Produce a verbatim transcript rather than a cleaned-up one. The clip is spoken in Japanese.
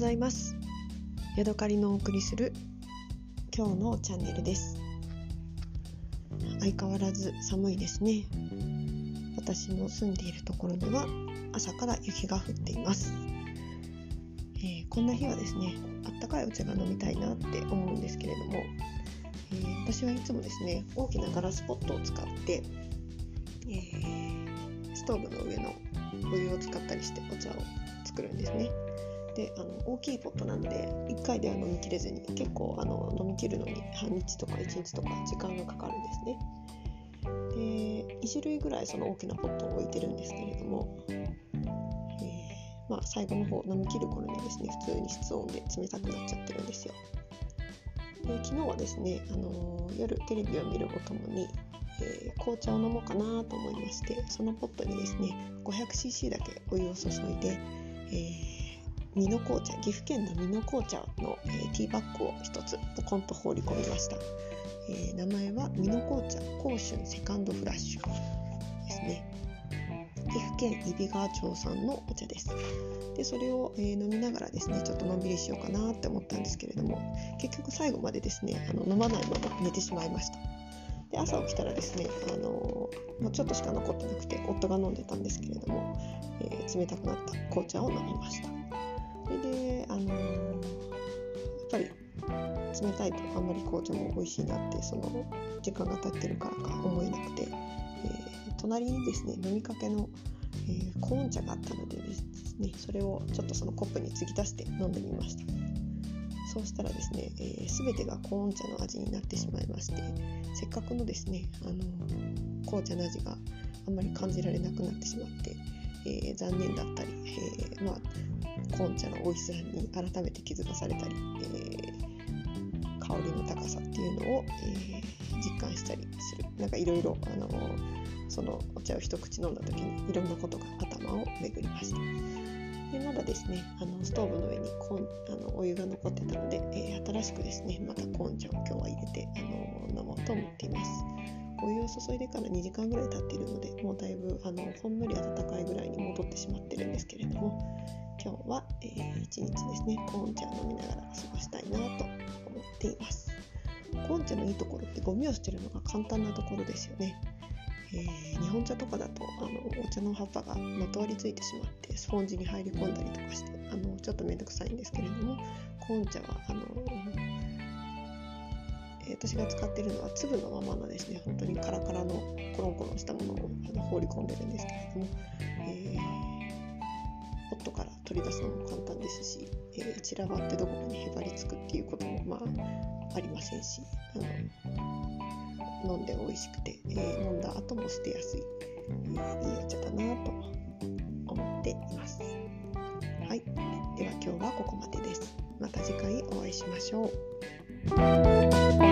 ざいます。ヤドカリのお送りする今日のチャンネルです。相変わらず寒いですね。私の住んでいるところでは朝から雪が降っています。えー、こんな日はですね、あったかいお茶が飲みたいなって思うんですけれども、えー、私はいつもですね、大きなガラスポットを使って、えー、ストーブの上のお湯を使ったりしてお茶を作るんですね。であの大きいポットなのでいっかいでは飲みきれずに、結構あの飲みきるのに半日とかいちにちとか時間がかかるんですね。でに種類ぐらいその大きなポットを置いてるんですけれども、えーまあ、最後の方飲みきる頃にはですね、普通に室温で冷たくなっちゃってるんですよ。で昨日はですね、あのー、夜テレビを見るとともに、えー、紅茶を飲もうかなと思いまして、そのポットにですね ごひゃくシーシー だけお湯を注いで、えー美濃紅茶、岐阜県の美濃紅茶の、えー、ティーバッグを一つポコンと放り込みました。えー、名前は美濃紅茶甲春セカンドフラッシュですね。岐阜県揖斐川町産のお茶です。でそれを、えー、飲みながらですね、ちょっとのんびりしようかなって思ったんですけれども、結局最後までですね、あの飲まないまま寝てしまいました。で朝起きたらですね、あのーまあ、ちょっとしか残ってなくて夫が飲んでたんですけれども、えー、冷たくなった紅茶を飲みました。で、あのー、やっぱり冷たいとあんまり紅茶も美味しいなって、その時間が経ってるからか思えなくて、えー、隣にですね飲みかけの、えー、コーン茶があったのでですね、それをちょっとそのコップに継ぎ足して飲んでみました。そうしたらですね、えー、全てがコーン茶の味になってしまいまして、せっかくのですね、あのー、紅茶の味があんまり感じられなくなってしまって、えー、残念だったり、えー、まあコーン茶の美味しさに改めて気づかされたり、えー、香りの高さっていうのを、えー、実感したりする。なんかいろいろあのそのお茶を一口飲んだ時にいろんなことが頭を巡りました。でまだですね、あのストーブの上にコーンあのお湯が残ってたので、えー、新しくですねまたコーン茶を今日は入れてあの飲もうと思っています。お湯を注いでからにじかんぐらい経っているので、もうだいぶあのほんのり温かいぐらいに戻ってしまってるんですけれども、今日は、えー、一日ですねコーン茶を飲みながら過ごしたいなと思っています。コーン茶のいいところってゴミを捨てるのが簡単なところですよね。えー、日本茶とかだとあのお茶の葉っぱがまとわりついてしまってスポンジに入り込んだりとかして、あのちょっとめんどくさいんですけれども、コーン茶はあの私が使っているのは粒のままのですね、本当にカラカラのコロンコロンしたものをあの放り込んでるんですけれども、えー、ポットから取り出すのも簡単ですし、えー、散らばってどこかにへばりつくっていうこともまあありませんし、あの飲んで美味しくて、えー、飲んだ後も捨てやすい、えー、いいお茶だなと思っています。はい、では今日はここまでです。また次回お会いしましょう。